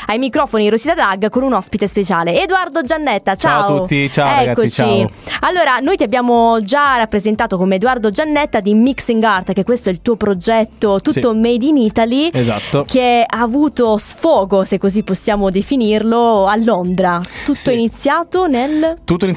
ai microfoni Rosita Dag con un ospite speciale, Edoardo Giannetta. Ciao. Ciao a tutti, ciao Eccoci. ragazzi, ciao. Allora, noi ti abbiamo già rappresentato come Edoardo Giannetta di Mixing Art, che questo è il tuo progetto tutto made in Italy. Esatto. Che ha avuto sfogo, se così possiamo definirlo, a Londra. Tutto iniziato nel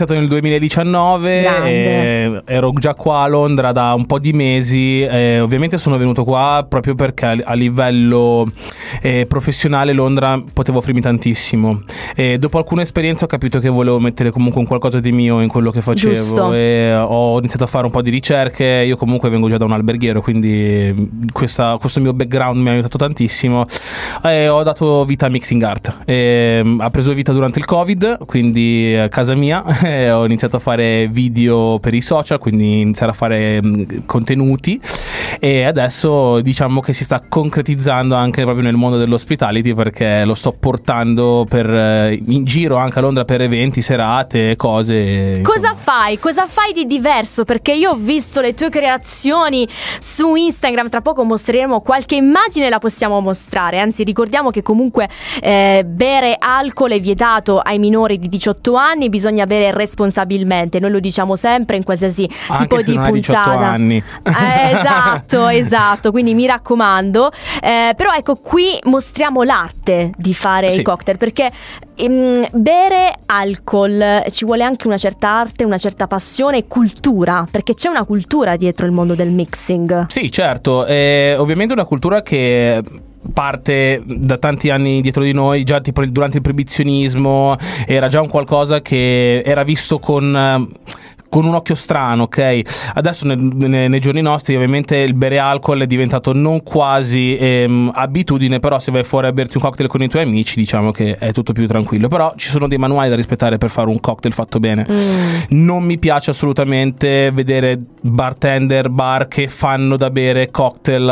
2019, ero già qua a Londra da un po' di mesi, ovviamente sono venuto qua proprio perché a livello professionale Londra poteva offrirmi tantissimo, e dopo alcune esperienze ho capito che volevo mettere comunque un qualcosa di mio in quello che facevo. Giusto. E ho iniziato a fare un po' di ricerche. Io comunque vengo già da un alberghiero, quindi questo mio background mi ha aiutato tantissimo, e ho dato vita a Mixing Art. Ha preso vita durante il Covid, quindi a casa mia ho iniziato a fare video per i social, quindi iniziare a fare contenuti, e adesso diciamo che si sta concretizzando anche proprio nel mondo dell'hospitality, perché lo sto portando in giro anche a Londra per eventi, serate, cose. Cosa fai? Cosa fai di diverso? Perché io ho visto le tue creazioni su Instagram, tra poco mostreremo qualche immagine, la possiamo mostrare, anzi ricordiamo che comunque bere alcol è vietato ai minori di 18 anni, bisogna bere responsabilmente, noi lo diciamo sempre in qualsiasi anche tipo se di non hai puntata. 18 anni. Esatto, quindi mi raccomando, però ecco, qui mostriamo l'arte di fare i cocktail, perché bere alcol ci vuole anche una certa arte, una certa passione e cultura, perché c'è una cultura dietro il mondo del mixing. Sì, certo, è ovviamente una cultura che parte da tanti anni dietro di noi, già tipo durante il proibizionismo era già un qualcosa che era visto con un occhio strano, ok? Adesso nei giorni nostri ovviamente il bere alcol è diventato non quasi abitudine, però se vai fuori a berti un cocktail con i tuoi amici diciamo che è tutto più tranquillo, però ci sono dei manuali da rispettare per fare un cocktail fatto bene. Non mi piace assolutamente vedere bar che fanno da bere cocktail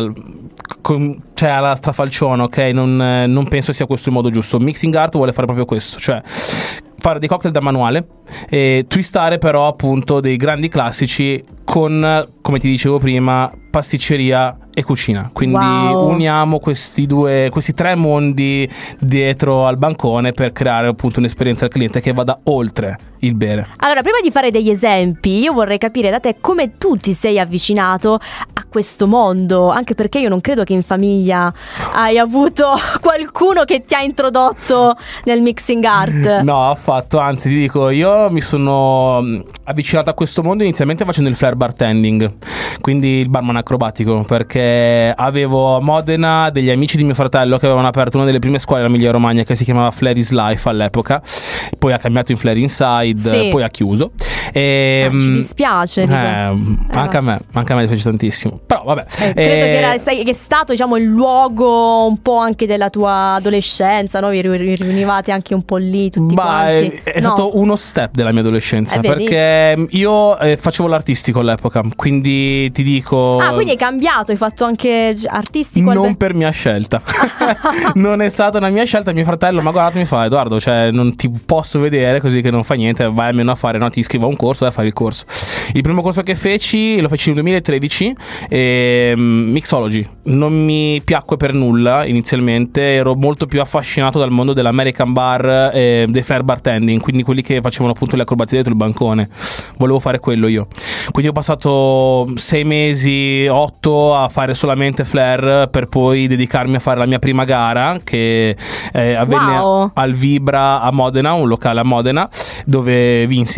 alla strafalcione, ok? Non penso sia questo il modo giusto. Mixing Art vuole fare proprio questo, cioè fare dei cocktail da manuale e twistare però appunto dei grandi classici con, come ti dicevo prima, pasticceria e cucina. Quindi uniamo questi tre mondi dietro al bancone per creare appunto un'esperienza al cliente che vada oltre il bere. Allora, prima di fare degli esempi, io vorrei capire da te come tu ti sei avvicinato a questo mondo, anche perché io non credo che in famiglia hai avuto qualcuno che ti ha introdotto nel mixing art. No, affatto, anzi ti dico, io mi sono avvicinato a questo mondo inizialmente facendo il flair bartending, quindi il barman acrobatico, perché avevo a Modena degli amici di mio fratello che avevano aperto una delle prime scuole dell'Emilia Romagna che si chiamava Flair is Life all'epoca, poi ha cambiato in Flair Inside, poi ha chiuso. Ci dispiace, anche a me dispiace tantissimo, però vabbè, credo che è stato, diciamo, il luogo un po' anche della tua adolescenza, no? Vi riunivate anche un po' lì tutti quanti. È stato uno step della mia adolescenza, perché io facevo l'artistico all'epoca, quindi ti dico... quindi hai cambiato, hai fatto anche artistico? Non per mia scelta. Non è stata una mia scelta. Mio fratello mi ha guardato e mi fa: Edoardo, cioè non ti posso vedere così che non fa niente, vai almeno a fare, no, ti iscrivo a un corso, vai a fare il corso. Il primo corso che lo feci nel 2013, Mixology. Non mi piacque per nulla inizialmente, ero molto più affascinato dal mondo dell'American bar e dei flair bartending, quindi quelli che facevano appunto le acrobazie dietro il bancone. Volevo fare quello io, quindi ho passato 6 mesi, 8 a fare solamente flair, per poi dedicarmi a fare la mia prima gara che avvenne al Vibra a Modena, un locale a Modena dove vinsi.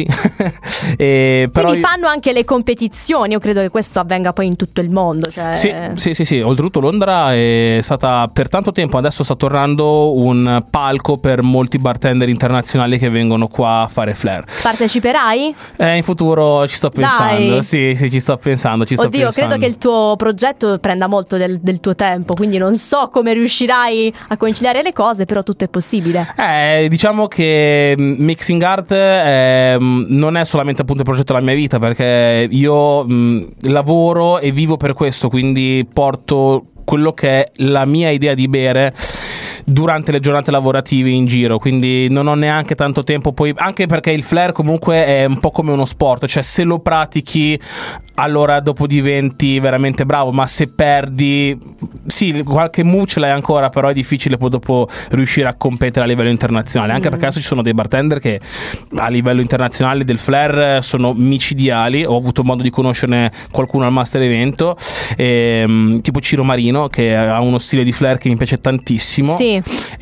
Quindi fanno anche le competizioni, io credo che questo avvenga poi in tutto il mondo, cioè... Sì, oltretutto Londra è stata per tanto tempo, adesso sta tornando un palco per molti bartender internazionali che vengono qua a fare flair. Parteciperai? In futuro ci sto pensando. Dai. Sì, ci sto pensando. Credo che il tuo progetto prenda molto del tuo tempo, quindi non so come riuscirai a conciliare le cose, però tutto è possibile. Diciamo che Mixing Art non è solamente appunto il progetto della mia vita, perché io lavoro e vivo per questo, quindi porto quello che è la mia idea di bere durante le giornate lavorative in giro, quindi non ho neanche tanto tempo poi, anche perché il flair comunque è un po' come uno sport, cioè se lo pratichi allora dopo diventi veramente bravo, ma se perdi, sì, qualche move ce l'hai ancora, però è difficile poi dopo riuscire a competere a livello internazionale, anche perché adesso ci sono dei bartender che a livello internazionale del flair sono micidiali. Ho avuto modo di conoscerne qualcuno al master evento, tipo Ciro Marino, che ha uno stile di flair che mi piace tantissimo. Sì.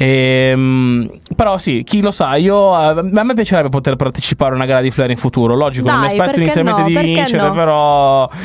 Però sì, chi lo sa, a me piacerebbe poter partecipare a una gara di flair in futuro. Logico, non mi aspetto inizialmente di vincere, però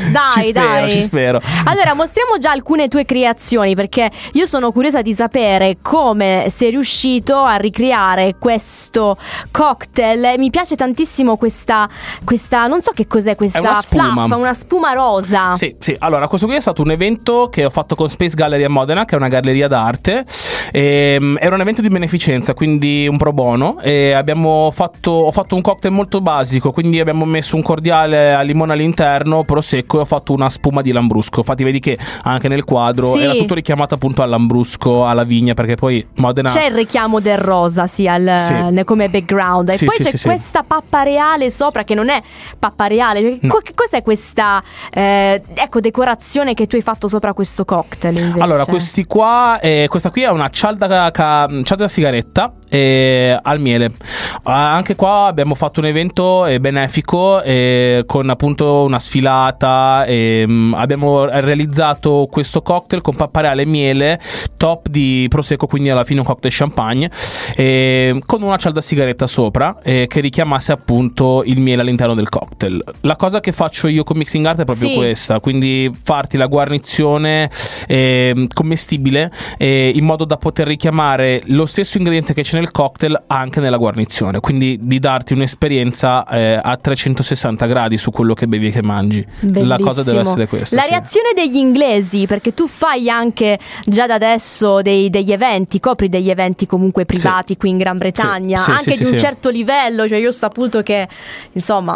ci spero. Allora, mostriamo già alcune tue creazioni, perché io sono curiosa di sapere come sei riuscito a ricreare questo cocktail. Mi piace tantissimo questa non so che cos'è questa fluff, una spuma rosa. Sì, allora questo qui è stato un evento che ho fatto con Space Gallery a Modena, che è una galleria d'arte. Era un evento di beneficenza, quindi un pro bono, e ho fatto un cocktail molto basico, quindi abbiamo messo un cordiale a limone all'interno, prosecco, e ho fatto una spuma di lambrusco. Infatti vedi che anche nel quadro era tutto richiamato appunto al lambrusco, alla vigna, perché poi Modena c'è il richiamo del rosa come background, e poi c'è questa pappa reale sopra, che non è pappa reale. Cos'è questa decorazione che tu hai fatto sopra questo cocktail invece? Allora, questa qui è una cialda da sigaretta al miele. Anche qua abbiamo fatto un evento benefico con appunto una sfilata, abbiamo realizzato questo cocktail con pappa reale e miele, top di prosecco, quindi alla fine un cocktail champagne, con una cialda sigaretta sopra che richiamasse appunto il miele all'interno del cocktail. La cosa che faccio io con Mixing Art è proprio questa, quindi farti la guarnizione commestibile, in modo da poter richiamare lo stesso ingrediente che c'è nel cocktail anche nella guarnizione, quindi di darti un'esperienza a 360 gradi su quello che bevi e che mangi. Bellissimo. La cosa deve essere questa. La reazione degli inglesi, perché tu fai anche già da adesso degli eventi, copri degli eventi comunque privati qui in Gran Bretagna, anche di un certo livello, cioè io ho saputo che insomma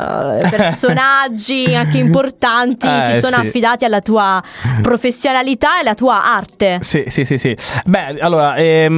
personaggi anche importanti si sono affidati alla tua professionalità e alla tua arte. Sì. Beh, allora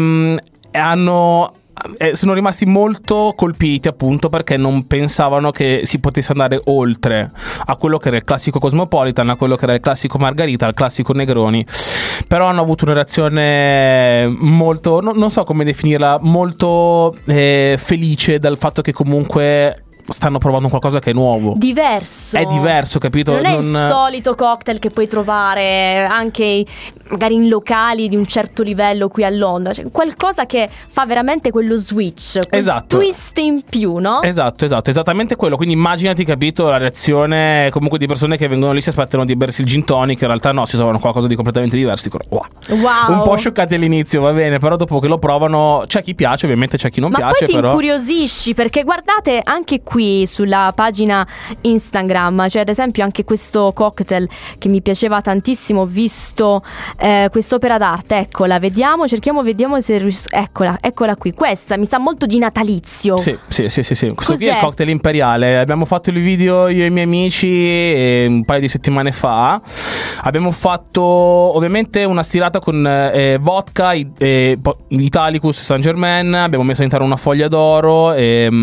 sono rimasti molto colpiti appunto perché non pensavano che si potesse andare oltre a quello che era il classico Cosmopolitan, a quello che era il classico Margarita, al classico Negroni. Però hanno avuto una reazione molto, non so come definirla, molto felice dal fatto che comunque stanno provando qualcosa che è nuovo, diverso. È diverso, capito? Non è il solito cocktail che puoi trovare anche magari in locali di un certo livello qui a Londra, cioè qualcosa che fa veramente quello switch, quel twist in più, no? Esatto, esattamente quello. Quindi immaginati, capito, la reazione comunque di persone che vengono lì, si aspettano di bersi il gin tonic, in realtà no, si trovano qualcosa di completamente diverso, dicono wow. Un po' scioccati all'inizio, va bene, però dopo che lo provano c'è chi piace, ovviamente c'è chi non piace. Ma poi ti però incuriosisci, perché guardate anche qui sulla pagina Instagram, cioè ad esempio anche questo cocktail che mi piaceva tantissimo, ho visto quest'opera d'arte, eccola, vediamo se eccola qui, questa mi sa molto di natalizio. Sì. Questo qui è il cocktail imperiale. Abbiamo fatto il video io e i miei amici un paio di settimane fa. Abbiamo fatto ovviamente una stirata con vodka, Italicus Saint Germain, abbiamo messo all'interno una foglia d'oro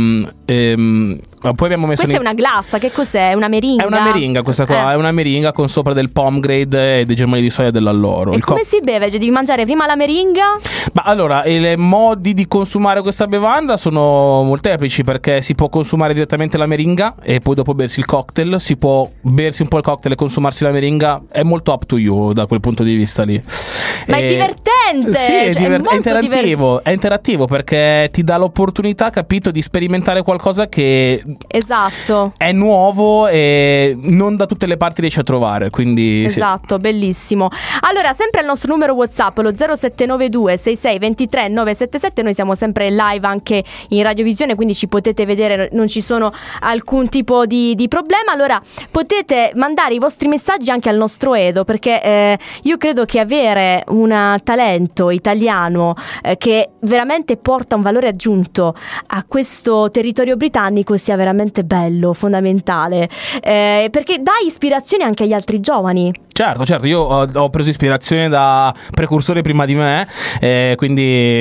poi abbiamo messo questa è una glassa, che cos'è? Una meringa? È una meringa questa qua, è una meringa con sopra del pomegranate e dei germogli di soia dell'alloro. E come si beve? Cioè, devi mangiare prima la meringa? Ma allora, i modi di consumare questa bevanda sono molteplici, perché si può consumare direttamente la meringa e poi dopo bersi il cocktail, si può bersi un po' il cocktail e consumarsi la meringa, è molto up to you da quel punto di vista lì. Ma è divertente! Sì, è interattivo perché ti dà l'opportunità, capito, di sperimentare qualcosa che è nuovo e non da tutte le parti riesci a trovare, quindi esatto, bellissimo. Allora, sempre al nostro numero WhatsApp, lo 0792 66 23 977, noi siamo sempre live anche in radiovisione, quindi ci potete vedere, non ci sono alcun tipo di problema. Allora potete mandare i vostri messaggi anche al nostro Edo, perché io credo che avere un talento italiano che veramente porta un valore aggiunto a questo territorio britannico sia veramente bello, fondamentale, perché dà ispirazione anche agli altri giovani. Certo, io ho preso ispirazione da precursori prima di me, quindi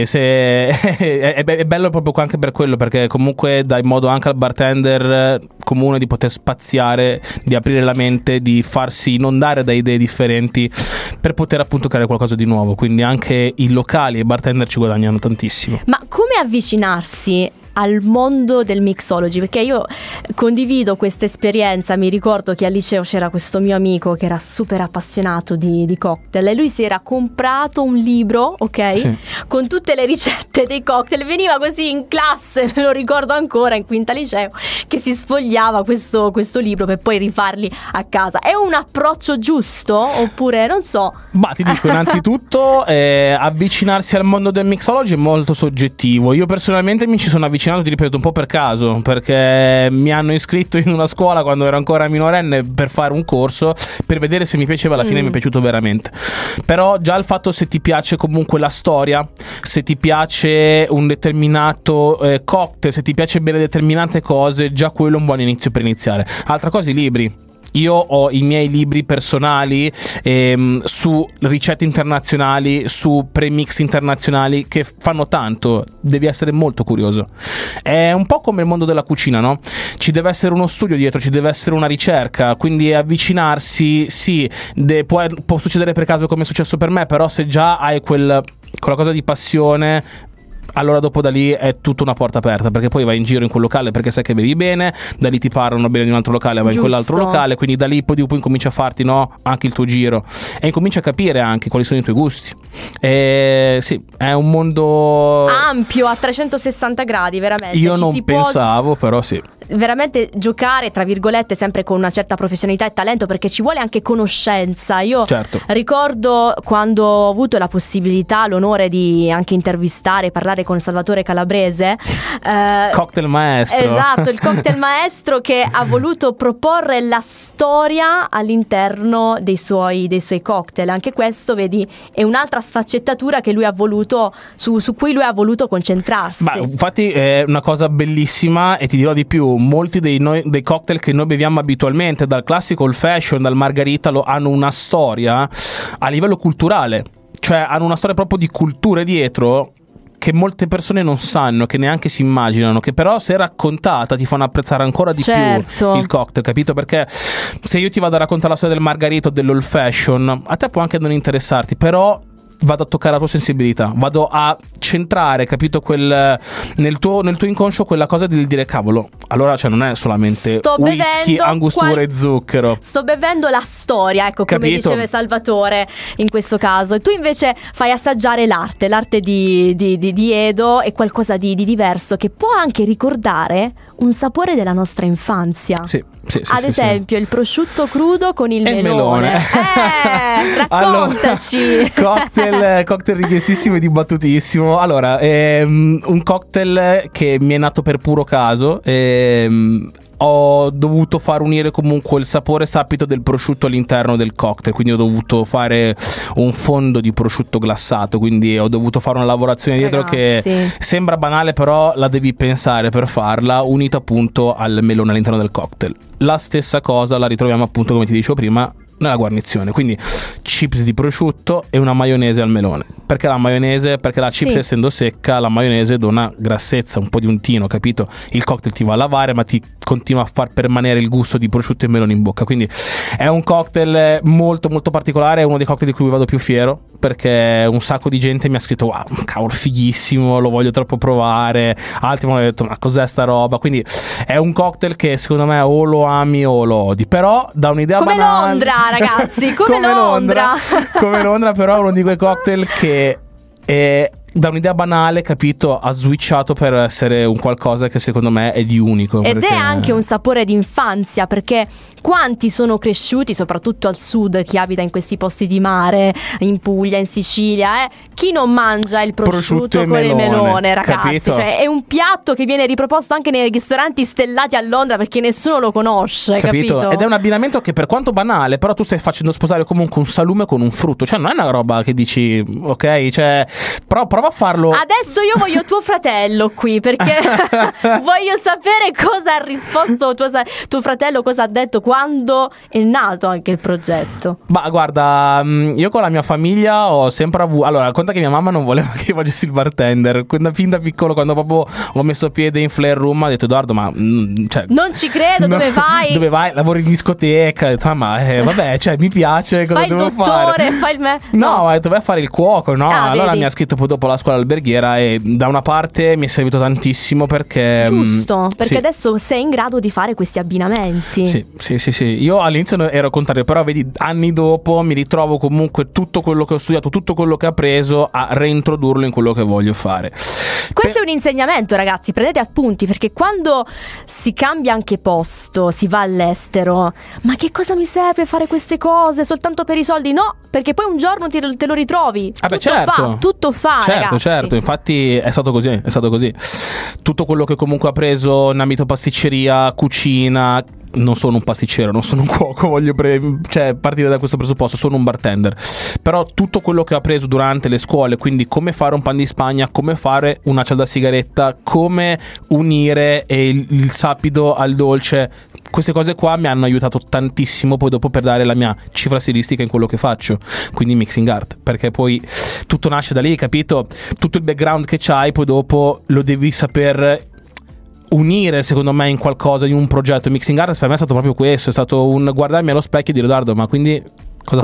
è bello proprio anche per quello, perché comunque dai modo anche al bartender comune di poter spaziare, di aprire la mente, di farsi inondare da idee differenti per poter appunto creare qualcosa di nuovo, quindi anche i locali e i bartender ci guadagnano tantissimo. Ma come avvicinarsi al mondo del mixology? Perché io condivido questa esperienza. Mi ricordo che al liceo c'era questo mio amico che era super appassionato di cocktail, e lui si era comprato un libro, ok? Sì. Con tutte le ricette dei cocktail. Veniva così in classe, me lo ricordo ancora, in quinta liceo, che si sfogliava questo libro per poi rifarli a casa. È un approccio giusto oppure non so? Ma ti dico, innanzitutto avvicinarsi al mondo del mixology è molto soggettivo. Io personalmente mi ci sono avvicinato, ti ripeto, un po' per caso, perché mi hanno iscritto in una scuola quando ero ancora minorenne per fare un corso, per vedere se mi piaceva. Alla fine mi è piaciuto veramente. Però già il fatto, se ti piace comunque la storia, se ti piace un determinato cocktail, se ti piace bere determinate cose, già quello è un buon inizio per iniziare. Altra cosa, i libri. Io ho i miei libri personali su ricette internazionali, su premix internazionali, che fanno tanto. Devi essere molto curioso. È un po' come il mondo della cucina, no? Ci deve essere uno studio dietro, ci deve essere una ricerca, quindi avvicinarsi, sì, può succedere per caso come è successo per me, però se già hai quella cosa di passione, allora dopo da lì è tutta una porta aperta, perché poi vai in giro in quel locale perché sai che bevi bene, da lì ti parlano bene di un altro locale, vai in quell'altro locale, quindi da lì poi incominci a farti, no, anche il tuo giro, e incominci a capire anche quali sono i tuoi gusti. Sì, è un mondo ampio, a 360 gradi, veramente. Io non pensavo, però sì, veramente giocare, tra virgolette, sempre con una certa professionalità e talento, perché ci vuole anche conoscenza. Io ricordo quando ho avuto la possibilità, l'onore di anche intervistare e parlare con Salvatore Calabrese, cocktail maestro. Esatto, il cocktail maestro, che ha voluto proporre la storia all'interno dei suoi cocktail. Anche questo, vedi, è un'altra sfaccettatura che lui ha voluto, su cui lui ha voluto concentrarsi. Ma infatti è una cosa bellissima, e ti dirò di più, molti dei cocktail che noi beviamo abitualmente, dal classico old fashion, dal margarita, hanno una storia a livello culturale, cioè hanno una storia proprio di culture dietro, che molte persone non sanno, che neanche si immaginano, che però se raccontata ti fanno apprezzare ancora di più il cocktail, capito? Perché se io ti vado a raccontare la storia del margarita o dell'old fashion, a te può anche non interessarti, però vado a toccare la tua sensibilità, vado a centrare, capito, nel tuo inconscio quella cosa di dire cavolo, allora non è solamente whisky, angostura e zucchero, sto bevendo la storia, ecco, come diceva Salvatore in questo caso. E tu invece fai assaggiare l'arte di Edo, è qualcosa di diverso, che può anche ricordare un sapore della nostra infanzia. Sì, ad esempio il prosciutto crudo con il melone. Raccontaci. Allora, cocktail richiestissimo e dibattutissimo. Allora, un cocktail che mi è nato per puro caso. Ho dovuto far unire comunque il sapore sapido del prosciutto all'interno del cocktail, quindi ho dovuto fare un fondo di prosciutto glassato, quindi ho dovuto fare una lavorazione dietro che sembra banale, però la devi pensare per farla, unita appunto al melone all'interno del cocktail. La stessa cosa la ritroviamo appunto, come ti dicevo prima, nella guarnizione, quindi chips di prosciutto e una maionese al melone. Perché la maionese? Perché la chips, essendo secca, la maionese dona grassezza, un po' di untino, capito? Il cocktail ti va a lavare, ma ti continua a far permanere il gusto di prosciutto e melone in bocca. Quindi è un cocktail molto molto particolare, è uno dei cocktail di cui vado più fiero, perché un sacco di gente mi ha scritto wow, cavolo, fighissimo, lo voglio troppo provare. Altri mi hanno detto ma cos'è sta roba? Quindi è un cocktail che secondo me o lo ami o lo odi, però da un'idea come banale, Londra, ragazzi, come Londra. Come Londra, però è uno di quei cocktail che è, da un'idea banale, capito, ha switchato per essere un qualcosa che secondo me è di unico. Ed è anche un sapore di infanzia, perché quanti sono cresciuti, soprattutto al sud, chi abita in questi posti di mare, in Puglia, in Sicilia, chi non mangia il prosciutto con il melone, ragazzi? Cioè, è un piatto che viene riproposto anche nei ristoranti stellati a Londra, perché nessuno lo conosce, capito? Ed è un abbinamento che, per quanto banale, però tu stai facendo sposare comunque un salume con un frutto, cioè non è una roba che dici ok, cioè prova prova a farlo. Adesso io voglio tuo fratello qui, perché voglio sapere cosa ha risposto tuo fratello, cosa ha detto, quando è nato anche il progetto. Ma guarda, io con la mia famiglia ho sempre avuto... Allora, conta che mia mamma non voleva che io facessi il bartender. Fin da piccolo, quando proprio ho messo piede in Flair Room, ha detto: Edoardo, ma cioè, non ci credo, no, dove vai? Dove vai? Lavori in discoteca. Ho detto, ma vabbè, cioè, mi piace, cosa fai devo il dottore, fare? fai il No, ho detto vai a fare il cuoco, no? Allora vedi. mi ha scritto poi dopo la scuola alberghiera, e da una parte mi è servito tantissimo perché... Giusto, perché sì. adesso sei in grado di fare questi abbinamenti. Sì. Io all'inizio ero contrario, però vedi, anni dopo mi ritrovo comunque tutto quello che ho studiato, tutto quello che ho appreso, a reintrodurlo in quello che voglio fare. Questo è un insegnamento, ragazzi, prendete appunti, perché quando si cambia anche posto, si va all'estero, ma che cosa mi serve fare queste cose soltanto per i soldi? No, perché poi un giorno te lo ritrovi. Tutto fa, ragazzi. Certo, infatti è stato così. Tutto quello che comunque ho appreso in ambito pasticceria, cucina... Non sono un pasticcero, non sono un cuoco, voglio partire da questo presupposto, sono un bartender. Però tutto quello che ho appreso durante le scuole, quindi come fare un pan di Spagna, come fare una cialda sigaretta, come unire il sapido al dolce, queste cose qua mi hanno aiutato tantissimo poi dopo per dare la mia cifra stilistica in quello che faccio, quindi mixing art, perché poi tutto nasce da lì, capito? Tutto il background che c'hai poi dopo lo devi saper unire, secondo me, in qualcosa, in un progetto. Mixing art per me è stato proprio questo, è stato un guardarmi allo specchio e dire: Edoardo, ma quindi cosa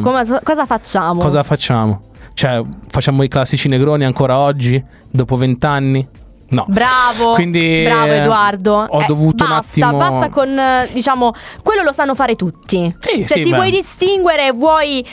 facciamo? Cosa facciamo? Cioè, facciamo i classici negroni ancora oggi, dopo 20 anni? No. Bravo Edoardo. Ho dovuto basta con diciamo, quello lo sanno fare tutti. Se ti vuoi distinguere, vuoi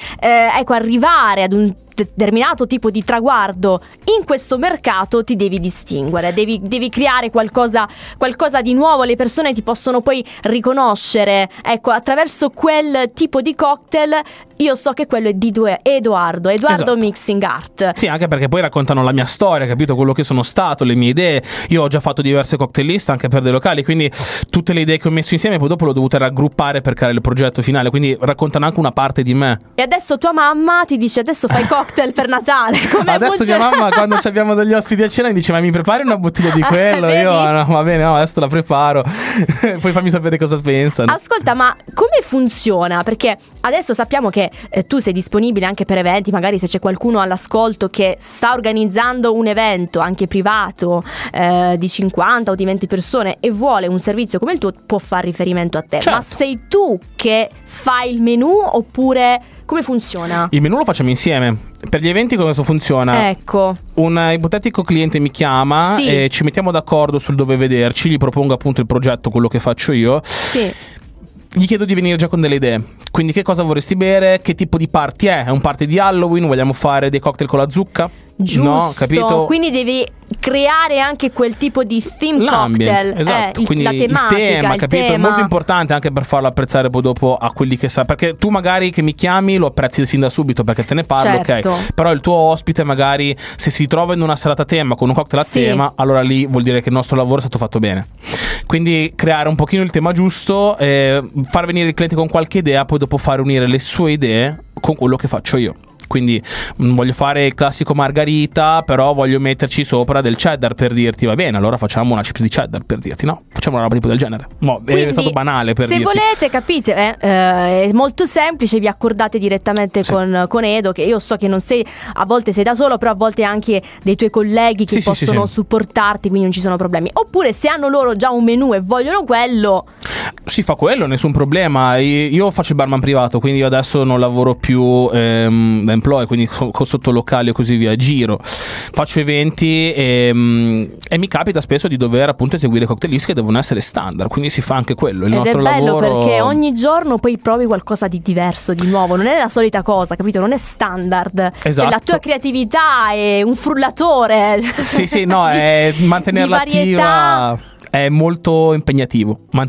arrivare ad un determinato tipo di traguardo in questo mercato, ti devi distinguere, devi creare qualcosa di nuovo. Le persone ti possono poi riconoscere, ecco, attraverso quel tipo di cocktail. Io so che quello è di Edoardo esatto. Mixing Art. Sì, anche perché poi raccontano la mia storia, capito? Quello che sono stato, le mie idee. Io ho già fatto diverse cocktail list anche per dei locali, quindi tutte le idee che ho messo insieme poi dopo l'ho dovute raggruppare per creare il progetto finale, quindi raccontano anche una parte di me. E adesso tua mamma ti dice: adesso fai cocktail per Natale. Adesso mia mamma, quando abbiamo degli ospiti a cena, mi dice: ma mi prepari una bottiglia di quello? Io no, va bene, no, adesso la preparo. Poi fammi sapere cosa pensano. Ascolta, ma come funziona? Perché adesso sappiamo che tu sei disponibile anche per eventi, magari se c'è qualcuno all'ascolto che sta organizzando un evento anche privato di 50 o di 20 persone e vuole un servizio come il tuo, può fare riferimento a te. Certo. Ma sei tu che fai il menù oppure come funziona? Il menù lo facciamo insieme. Per gli eventi come funziona? Ecco, un ipotetico cliente mi chiama, sì, e ci mettiamo d'accordo sul dove vederci, gli propongo appunto il progetto, quello che faccio io. sì. Gli chiedo di venire già con delle idee. Quindi che cosa vorresti bere? Che tipo di party è? È un party di Halloween? Vogliamo fare dei cocktail con la zucca? Giusto, no, capito? Quindi devi creare anche quel tipo di theme cocktail. Esatto, quindi la tematica, il tema, capito? Tema. È molto importante anche per farlo apprezzare poi dopo a quelli che sa. Perché tu magari che mi chiami lo apprezzi sin da subito perché te ne parlo, certo, ok. Però il tuo ospite magari, se si trova in una serata a tema con un cocktail a tema, allora lì vuol dire che il nostro lavoro è stato fatto bene. Quindi creare un pochino il tema giusto, far venire il cliente con qualche idea, poi dopo fare unire le sue idee con quello che faccio io. Quindi voglio fare il classico margarita, però voglio metterci sopra del cheddar, per dirti, va bene, allora facciamo una chips di cheddar, per dirti, no? Facciamo una roba tipo del genere. Quindi, è stato banale per dirti. Se volete, capite, è molto semplice, vi accordate direttamente con Edo, che io so che non sei, a volte sei da solo, però a volte anche dei tuoi colleghi che possono supportarti, quindi non ci sono problemi. Oppure se hanno loro già un menù e vogliono quello, si fa quello, nessun problema. Io faccio il barman privato, quindi io adesso non lavoro più da employee, quindi sotto locali o così via, giro, faccio eventi e mi capita spesso di dover appunto eseguire cocktail list che devono essere standard, quindi si fa anche quello. Il nostro lavoro, è bello perché ogni giorno poi provi qualcosa di diverso, di nuovo, non è la solita cosa, capito? Non è standard. Esatto. La tua creatività è un frullatore. Sì, no, è mantenerla attiva. È molto impegnativo. Mantenerla attiva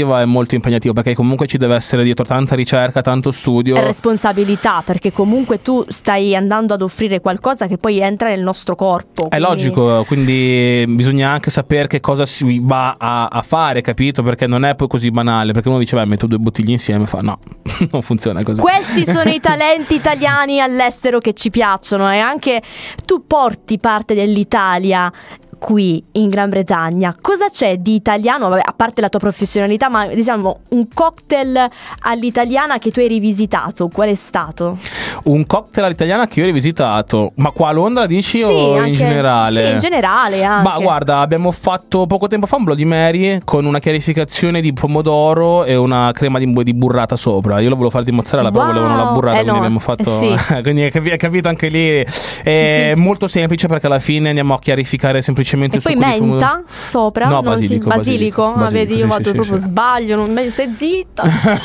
è molto impegnativo, perché comunque ci deve essere dietro tanta ricerca, tanto studio e responsabilità, perché comunque tu stai andando ad offrire qualcosa che poi entra nel nostro corpo. È logico, quindi bisogna anche sapere che cosa si va a fare, capito? Perché non è poi così banale, perché uno dice beh, metto 2 bottiglie insieme, fa no, non funziona così. Questi sono i talenti italiani all'estero che ci piacciono, e anche tu porti parte dell'Italia qui in Gran Bretagna. Cosa c'è di italiano, vabbè, a parte la tua professionalità, ma diciamo un cocktail all'italiana che tu hai rivisitato, qual è stato? Un cocktail all'italiana che io ho rivisitato, ma qua a Londra dici o anche, in generale? Sì, in generale anche. Ma guarda, abbiamo fatto poco tempo fa un Bloody Mary con una chiarificazione di pomodoro e una crema di burrata sopra. Io lo volevo fare di mozzarella, però volevano la burrata, quindi no. abbiamo fatto Sì. quindi hai capito anche lì è molto semplice, perché alla fine andiamo a chiarificare semplicemente e il poi succo di pomodoro. menta sopra? No, Non basilico? Ah, vedi, io vado proprio sbaglio, stai zitta.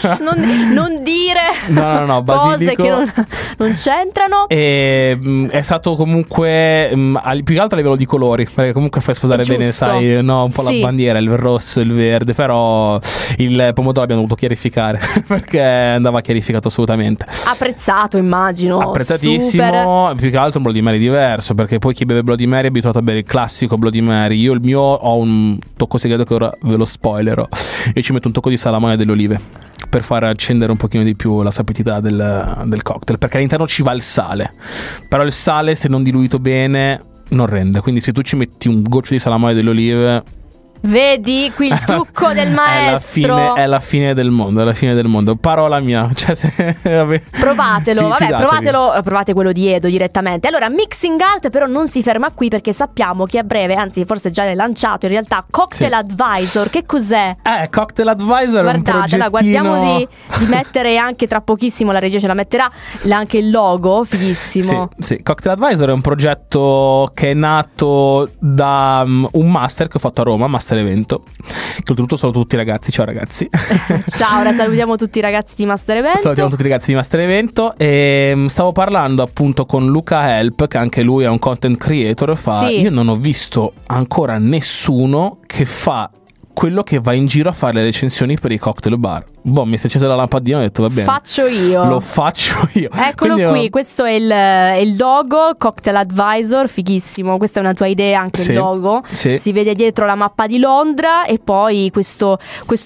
non dire no, cose basilico. che non c'entrano. E è stato comunque più che altro a livello di colori, perché comunque fai sposare bene, sai, no, un po' la bandiera, il rosso, il verde, però il pomodoro abbiamo dovuto chiarificare perché andava chiarificato assolutamente. Apprezzato, immagino. Apprezzatissimo. Super. Più che altro un Bloody Mary diverso, perché poi chi beve Bloody Mary è abituato a bere il classico Bloody Mary. Io il mio ho un tocco segreto che ora ve lo spoilerò. Io ci metto un tocco di salamoia e delle olive per far accendere un pochino di più la sapidità del cocktail, perché all'interno ci va il sale, però il sale, se non diluito bene, non rende. Quindi se tu ci metti un goccio di salamoia e delle olive, vedi qui il trucco del maestro. È la fine del mondo, è la fine del mondo. Parola mia, cioè provatelo, fidatevi. provate quello di Edo direttamente. Allora, Mixing Art però non si ferma qui, perché sappiamo che a breve, anzi forse già l'hai lanciato in realtà, Cocktail Advisor. Che cos'è? Cocktail Advisor. Guardate, è un progettino. Guardiamo di mettere anche tra pochissimo, la regia ce la metterà, anche il logo, fighissimo. Sì, Cocktail Advisor è un progetto che è nato da un master che ho fatto a Roma, master evento, che oltretutto saluto tutti i ragazzi. Ciao ragazzi. Ciao, ora salutiamo tutti i ragazzi di Master Evento. Salutiamo tutti i ragazzi di Master Evento. E stavo parlando appunto con Luca Help, che anche lui è un content creator. Io non ho visto ancora nessuno che fa quello che va in giro a fare le recensioni per i cocktail bar. Mi si è accesa la lampadina e ho detto va bene, faccio io. Lo faccio io. Eccolo qui, questo è il logo Cocktail Advisor, fighissimo. Questa è una tua idea, anche il logo. Sì. Si vede dietro la mappa di Londra e poi questo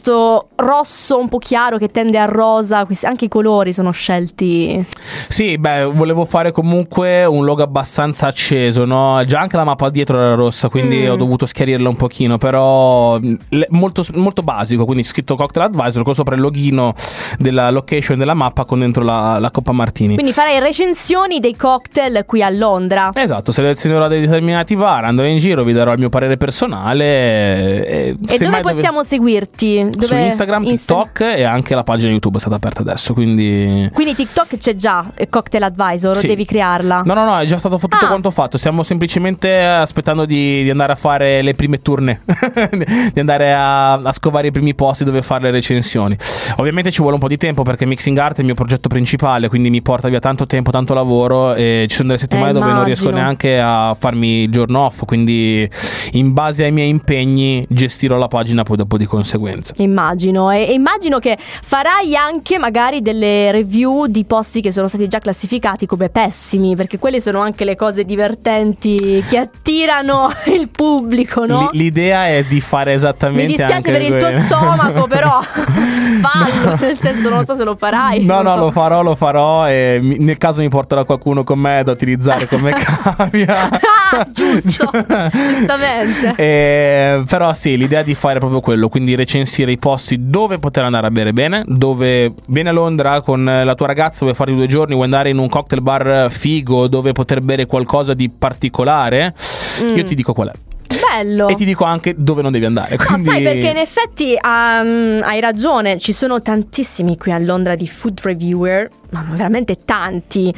rosso un po' chiaro che tende a rosa. Anche i colori sono scelti. Sì, volevo fare comunque un logo abbastanza acceso, no? Già anche la mappa dietro era rossa, quindi ho dovuto schiarirla un pochino, però molto, molto basico, quindi scritto Cocktail Advisor con sopra il loghino della location della mappa con dentro la Coppa Martini. Quindi farei recensioni dei cocktail qui a Londra. Esatto, selezionerò dei determinati bar, andrò in giro, vi darò il mio parere personale. E dove possiamo seguirti? Su Instagram, TikTok e anche la pagina YouTube è stata aperta adesso, quindi TikTok c'è già Cocktail Advisor, o devi crearla? No, è già stato tutto quanto fatto. Stiamo semplicemente aspettando di andare a fare le prime tournée di andare a scovare i primi posti dove fare le recensioni. Ovviamente ci vuole un po' di tempo, perché Mixing Art è il mio progetto principale, quindi mi porta via tanto tempo, tanto lavoro, e ci sono delle settimane dove non riesco neanche a farmi il giorno off, quindi in base ai miei impegni gestirò la pagina poi dopo di conseguenza. Immagino, e immagino che farai anche magari delle review di posti che sono stati già classificati come pessimi, perché quelle sono anche le cose divertenti che attirano il pubblico, no? L'idea è di fare esattamente. Mi dispiace per il tuo stomaco, però fallo, nel senso, non so se lo farai. No, lo farò, e nel caso mi porterà qualcuno con me da utilizzare come cavia. Giusto, giustamente. Però sì, l'idea è di fare proprio quello, quindi recensire i posti dove poter andare a bere bene, dove vieni a Londra con la tua ragazza, vuoi fare 2 giorni, vuoi andare in un cocktail bar figo dove poter bere qualcosa di particolare, io ti dico qual è. Bello. E ti dico anche dove non devi andare, quindi... No, sai, perché in effetti hai ragione, ci sono tantissimi qui a Londra di food reviewer, ma veramente tanti,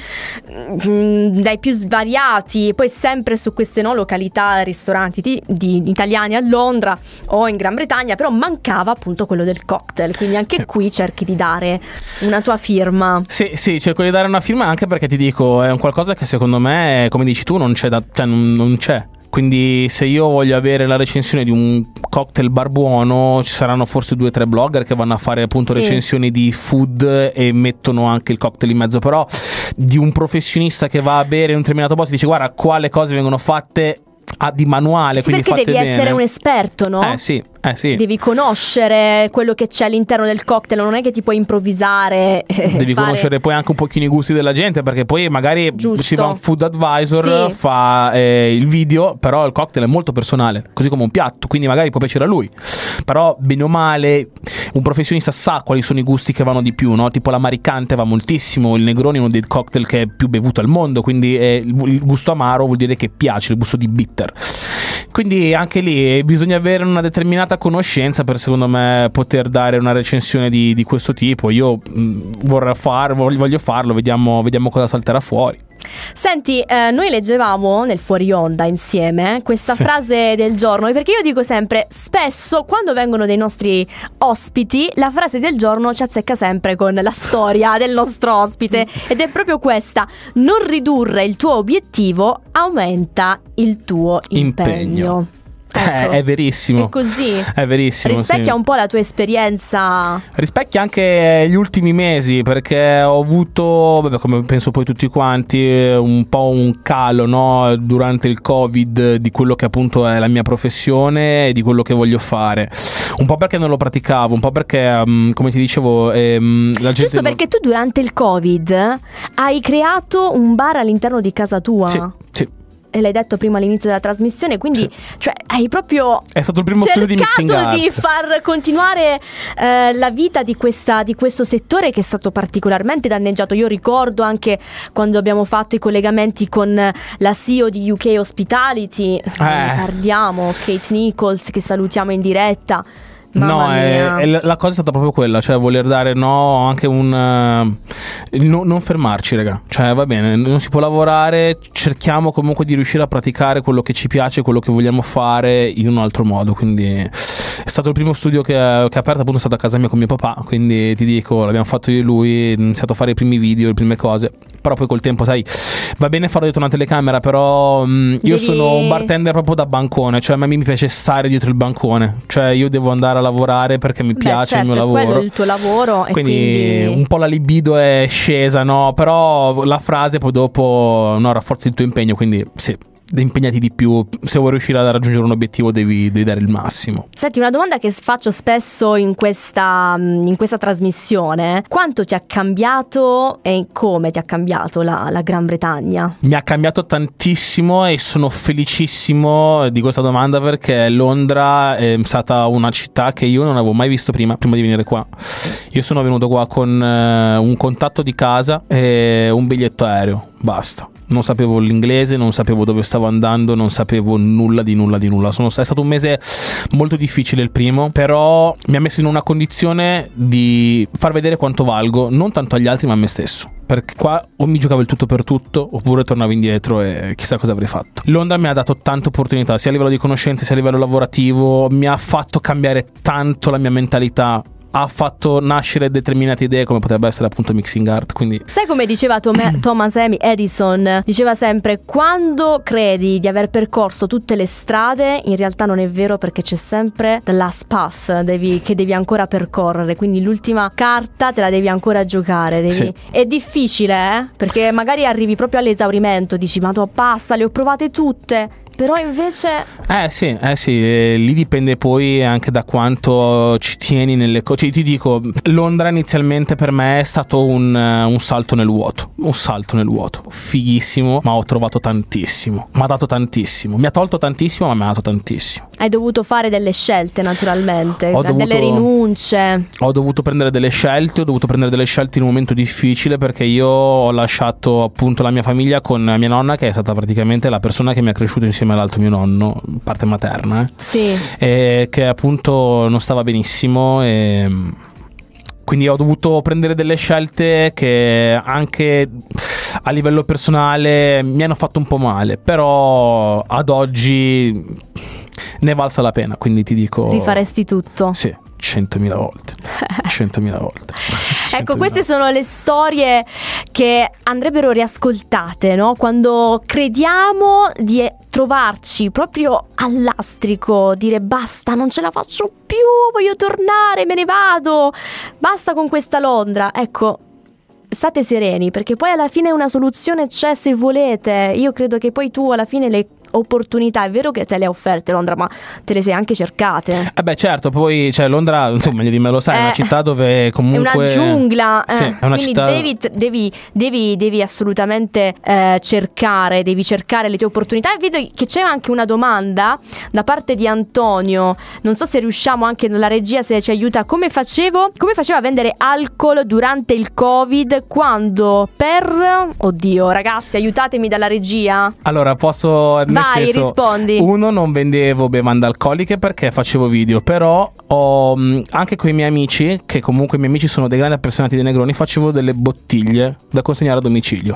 dai più svariati, poi sempre su queste località, ristoranti di italiani a Londra o in Gran Bretagna, però mancava appunto quello del cocktail, quindi anche qui cerchi di dare una tua firma. Sì, cerco di dare una firma, anche perché ti dico, è un qualcosa che secondo me, come dici tu, non c'è non c'è. Quindi se io voglio avere la recensione di un cocktail bar buono ci saranno forse 2 o 3 blogger che vanno a fare appunto recensioni di food e mettono anche il cocktail in mezzo, però di un professionista che va a bere un determinato posto e dice guarda quale cose vengono fatte di manuale, quindi perché fatte devi bene. essere un esperto, no? Sì. Devi conoscere quello che c'è all'interno del cocktail, non è che ti puoi improvvisare. Devi conoscere poi anche un pochino i gusti della gente, perché poi magari si va a un food advisor, fa il video, però il cocktail è molto personale, così come un piatto, quindi magari può piacere a lui, però bene o male un professionista sa quali sono i gusti che vanno di più, no? Tipo l'amaricante va moltissimo, il Negroni è uno dei cocktail che è più bevuto al mondo, quindi il gusto amaro vuol dire che piace, il gusto di bitter. Quindi anche lì bisogna avere una determinata conoscenza per, secondo me, poter dare una recensione di questo tipo. Io voglio farlo, vediamo cosa salterà fuori. Senti, noi leggevamo nel fuori onda insieme questa frase del giorno, perché io dico sempre, spesso quando vengono dei nostri ospiti, la frase del giorno ci azzecca sempre con la storia del nostro ospite, ed è proprio questa: non ridurre il tuo obiettivo, aumenta il tuo impegno. Ecco, è verissimo. È così. È verissimo. Rispecchia un po' la tua esperienza. Rispecchia anche gli ultimi mesi, perché ho avuto, come penso poi tutti quanti, un po' un calo, no? Durante il Covid di quello che appunto è la mia professione e di quello che voglio fare. Un po' perché non lo praticavo, un po' perché, come ti dicevo, la gente. Giusto, perché tu durante il Covid hai creato un bar all'interno di casa tua. Sì. E l'hai detto prima all'inizio della trasmissione, quindi cioè hai proprio è stato il primo studio di mixing art, di far continuare la vita di questo settore che è stato particolarmente danneggiato. Io ricordo anche quando abbiamo fatto i collegamenti con la CEO di UK Hospitality, parliamo, Kate Nichols, che salutiamo in diretta. La cosa è stata proprio quella, cioè voler dare anche non fermarci, raga, cioè va bene, non si può lavorare, cerchiamo comunque di riuscire a praticare quello che ci piace, quello che vogliamo fare in un altro modo. Quindi è stato il primo studio che ha aperto, appunto è stato a casa mia con mio papà, quindi ti dico, l'abbiamo fatto io e lui, ho iniziato a fare i primi video, le prime cose, però poi col tempo, sai, va bene farlo dietro una telecamera, però io sono un bartender proprio da bancone, cioè a me mi piace stare dietro il bancone, cioè io devo andare a lavorare perché mi piace il mio lavoro, quello è il tuo lavoro, e quindi un po' la libido è scesa, no? Però la frase poi dopo rafforzi il tuo impegno, quindi sì, impegnati di più, se vuoi riuscire a raggiungere un obiettivo devi dare il massimo. Senti, una domanda che faccio spesso in questa trasmissione: quanto ti ha cambiato e come ti ha cambiato la Gran Bretagna? Mi ha cambiato tantissimo e sono felicissimo di questa domanda, perché Londra è stata una città che io non avevo mai visto prima di venire qua. Io sono venuto qua con un contatto di casa e un biglietto aereo, basta. Non sapevo l'inglese, non sapevo dove stavo andando, non sapevo nulla di nulla. È stato un mese molto difficile il primo, però mi ha messo in una condizione di far vedere quanto valgo, non tanto agli altri ma a me stesso, perché qua o mi giocavo il tutto per tutto oppure tornavo indietro e chissà cosa avrei fatto. Londra mi ha dato tante opportunità, sia a livello di conoscenze sia a livello lavorativo, mi ha fatto cambiare tanto la mia mentalità, ha fatto nascere determinate idee come potrebbe essere appunto mixing art. Quindi sai come diceva Thomas Edison? Diceva sempre: quando credi di aver percorso tutte le strade, in realtà non è vero, perché c'è sempre the last path che devi ancora percorrere, quindi l'ultima carta te la devi ancora giocare. Sì. È difficile, perché magari arrivi proprio all'esaurimento, dici ma basta, le ho provate tutte. Però invece sì, lì dipende poi anche da quanto ci tieni nelle cose. Cioè, ti dico, Londra inizialmente per me è stato un salto nel vuoto. Fighissimo, ma ho trovato tantissimo. Mi ha dato tantissimo. Mi ha tolto tantissimo, ma mi ha dato tantissimo. Hai dovuto fare delle scelte, naturalmente, delle rinunce. Ho dovuto prendere delle scelte, in un momento difficile, perché io ho lasciato appunto la mia famiglia con mia nonna, che è stata praticamente la persona che mi ha cresciuto insieme all'altro mio nonno, parte materna, sì, e che appunto non stava benissimo, e quindi ho dovuto prendere delle scelte che anche a livello personale mi hanno fatto un po' male, però ad oggi ne è valsa la pena, quindi ti dico, rifaresti tutto? Sì, 100.000 volte. Ecco, queste sono le storie che andrebbero riascoltate, no? Quando crediamo di trovarci proprio all'astrico, dire basta, non ce la faccio più, voglio tornare, me ne vado, basta con questa Londra. Ecco, state sereni, perché poi alla fine una soluzione c'è se volete. Io credo che poi tu alla fine le opportunità, è vero che te le ha offerte Londra, ma te le sei anche cercate. Beh, certo, poi cioè Londra, insomma, meglio di me lo sai, è una città dove comunque è una giungla, sì, è una quindi città... devi assolutamente cercare le tue opportunità. E vedo che c'è anche una domanda da parte di Antonio, non so se riusciamo anche nella regia, se ci aiuta. Come faceva a vendere alcol durante il Covid, quando oddio ragazzi, aiutatemi dalla regia. Allora posso... Vai, senso, rispondi. Uno, non vendevo bevande alcoliche perché facevo video, però anche con i miei amici, che comunque i miei amici sono dei grandi appassionati dei Negroni, facevo delle bottiglie da consegnare a domicilio.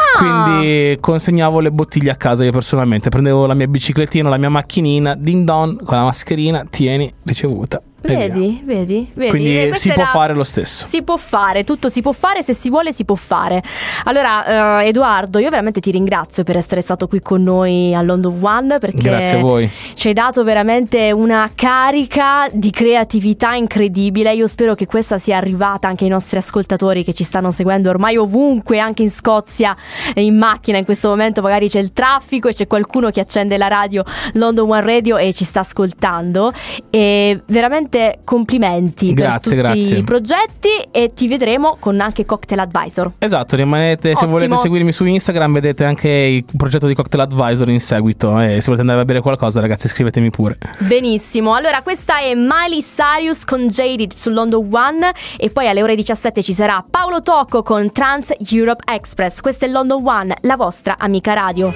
Quindi consegnavo le bottiglie a casa io personalmente, prendevo la mia biciclettina, la mia macchinina, ding dong, con la mascherina, tieni, ricevuta. Vedi. Quindi si può fare lo stesso. Si può fare, tutto si può fare, se si vuole si può fare. Allora Edoardo, io veramente ti ringrazio per essere stato qui con noi a London One, perché grazie a voi. Ci hai dato veramente una carica di creatività incredibile. Io spero che questa sia arrivata anche ai nostri ascoltatori che ci stanno seguendo ormai ovunque, anche in Scozia, in macchina in questo momento magari c'è il traffico e c'è qualcuno che accende la radio London One Radio e ci sta ascoltando. E veramente complimenti per tutti i progetti, e ti vedremo con anche Cocktail Advisor. Esatto, rimanete. Ottimo. Se volete seguirmi su Instagram vedete anche il progetto di Cocktail Advisor in seguito, e se volete andare a bere qualcosa ragazzi scrivetemi pure. Benissimo, allora questa è Miley Cyrus con Jaded su London One, e poi alle ore 17 ci sarà Paolo Tocco con Trans Europe Express. Questo è London One, la vostra amica radio.